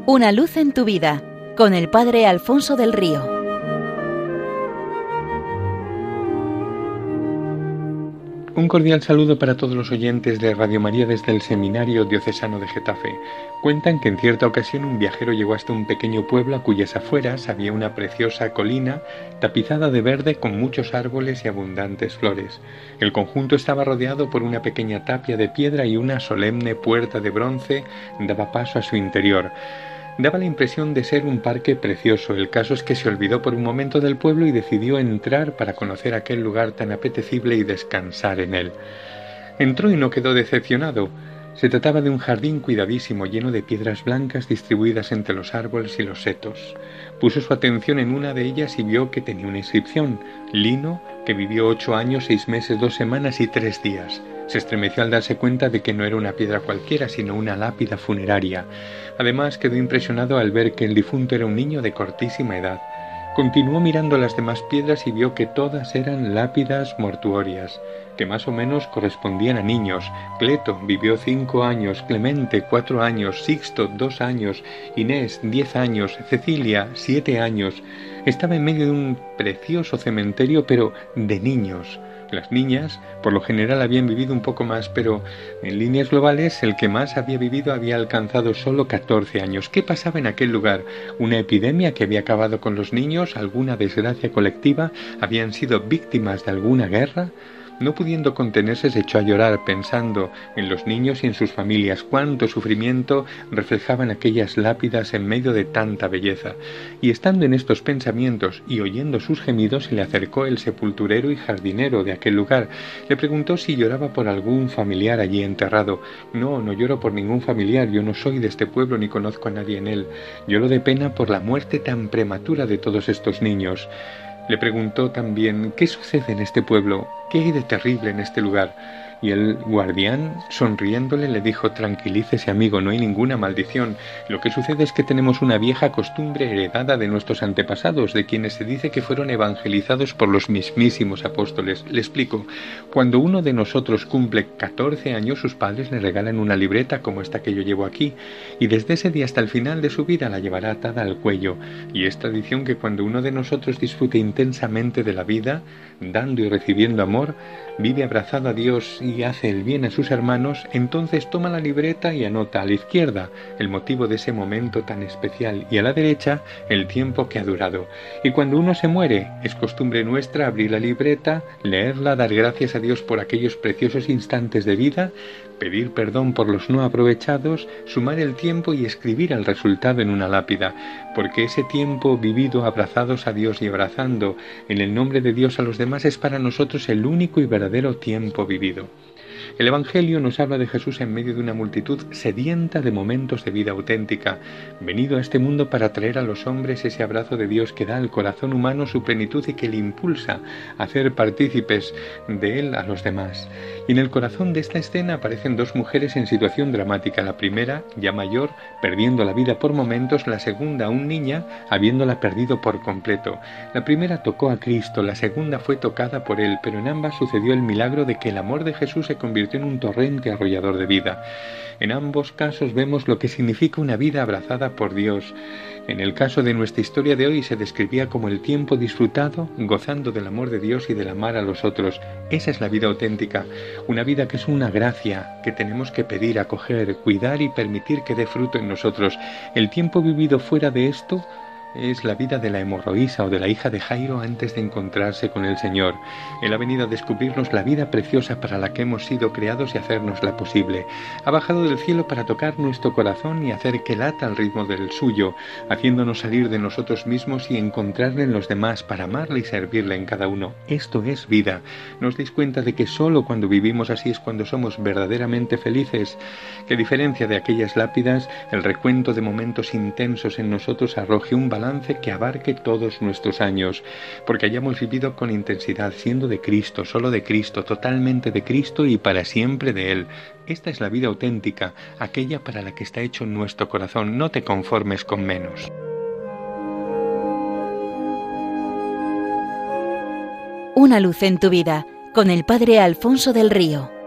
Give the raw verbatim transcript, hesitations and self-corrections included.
Una luz en tu vida, con el Padre Alfonso del Río. Un cordial saludo para todos los oyentes de Radio María desde el Seminario Diocesano de Getafe. Cuentan que en cierta ocasión un viajero llegó hasta un pequeño pueblo a cuyas afueras había una preciosa colina tapizada de verde con muchos árboles y abundantes flores. El conjunto estaba rodeado por una pequeña tapia de piedra y una solemne puerta de bronce daba paso a su interior. Daba la impresión de ser un parque precioso. El caso es que se olvidó por un momento del pueblo y decidió entrar para conocer aquel lugar tan apetecible y descansar en él. Entró y no quedó decepcionado. Se trataba de un jardín cuidadísimo, lleno de piedras blancas distribuidas entre los árboles y los setos. Puso su atención en una de ellas y vio que tenía una inscripción: Lino, que vivió ocho años, seis meses, dos semanas y tres días. Se estremeció al darse cuenta de que no era una piedra cualquiera, sino una lápida funeraria. Además, quedó impresionado al ver que el difunto era un niño de cortísima edad. Continuó mirando las demás piedras y vio que todas eran lápidas mortuorias, que más o menos correspondían a niños. Cleto vivió cinco años, Clemente cuatro años, Sixto dos años, Inés diez años, Cecilia siete años. Estaba en medio de un precioso cementerio, pero de niños. Las niñas, por lo general, habían vivido un poco más, pero en líneas globales el que más había vivido había alcanzado solo catorce años. ¿Qué pasaba en aquel lugar? ¿Una epidemia que había acabado con los niños? ¿Alguna desgracia colectiva? ¿Habían sido víctimas de alguna guerra? No pudiendo contenerse, se echó a llorar pensando en los niños y en sus familias. Cuánto sufrimiento reflejaban aquellas lápidas en medio de tanta belleza. Y estando en estos pensamientos y oyendo sus gemidos, se le acercó el sepulturero y jardinero de aquel lugar. Le preguntó si lloraba por algún familiar allí enterrado. No, no lloro por ningún familiar. Yo no soy de este pueblo ni conozco a nadie en él. Lloro de pena por la muerte tan prematura de todos estos niños. Le preguntó también: ¿qué sucede en este pueblo? ¿Qué hay de terrible en este lugar? Y el guardián, sonriéndole, le dijo: tranquilícese, amigo, no hay ninguna maldición. Lo que sucede es que tenemos una vieja costumbre heredada de nuestros antepasados, de quienes se dice que fueron evangelizados por los mismísimos apóstoles. Le explico. Cuando uno de nosotros cumple catorce años, sus padres le regalan una libreta como esta que yo llevo aquí, y desde ese día hasta el final de su vida la llevará atada al cuello. Y es tradición que cuando uno de nosotros disfrute intensamente de la vida, dando y recibiendo amor, vive abrazado a Dios y hace el bien a sus hermanos, entonces toma la libreta y anota a la izquierda el motivo de ese momento tan especial y a la derecha el tiempo que ha durado. Y cuando uno se muere, es costumbre nuestra abrir la libreta, leerla, dar gracias a Dios por aquellos preciosos instantes de vida, pedir perdón por los no aprovechados, sumar el tiempo y escribir el resultado en una lápida, porque ese tiempo vivido abrazados a Dios y abrazando en el nombre de Dios a los demás es para nosotros el único y verdadero tiempo vivido. El Evangelio nos habla de Jesús en medio de una multitud sedienta de momentos de vida auténtica, venido a este mundo para traer a los hombres ese abrazo de Dios que da al corazón humano su plenitud y que le impulsa a hacer partícipes de él a los demás. Y en el corazón de esta escena aparecen dos mujeres en situación dramática. La primera, ya mayor, perdiendo la vida por momentos; la segunda, aún niña, habiéndola perdido por completo. La primera tocó a Cristo, la segunda fue tocada por él, pero en ambas sucedió el milagro de que el amor de Jesús se convirtió en un torrente arrollador de vida. En ambos casos vemos lo que significa una vida abrazada por Dios. En el caso de nuestra historia de hoy se describía como el tiempo disfrutado gozando del amor de Dios y del amar a los otros. Esa es la vida auténtica, una vida que es una gracia que tenemos que pedir, acoger, cuidar y permitir que dé fruto en nosotros. El tiempo vivido fuera de esto es la vida de la hemorroísa o de la hija de Jairo antes de encontrarse con el Señor. Él ha venido a descubrirnos la vida preciosa para la que hemos sido creados y hacernosla posible. Ha bajado del cielo para tocar nuestro corazón y hacer que lata al ritmo del suyo, haciéndonos salir de nosotros mismos y encontrarle en los demás para amarle y servirle en cada uno. Esto es vida. ¿No os dais cuenta de que solo cuando vivimos así es cuando somos verdaderamente felices? Que a diferencia de aquellas lápidas, el recuento de momentos intensos en nosotros arroje un balance que abarque todos nuestros años, porque hayamos vivido con intensidad, siendo de Cristo, solo de Cristo, totalmente de Cristo y para siempre de Él. Esta es la vida auténtica, aquella para la que está hecho nuestro corazón. No te conformes con menos. Una luz en tu vida, con el Padre Alfonso del Río.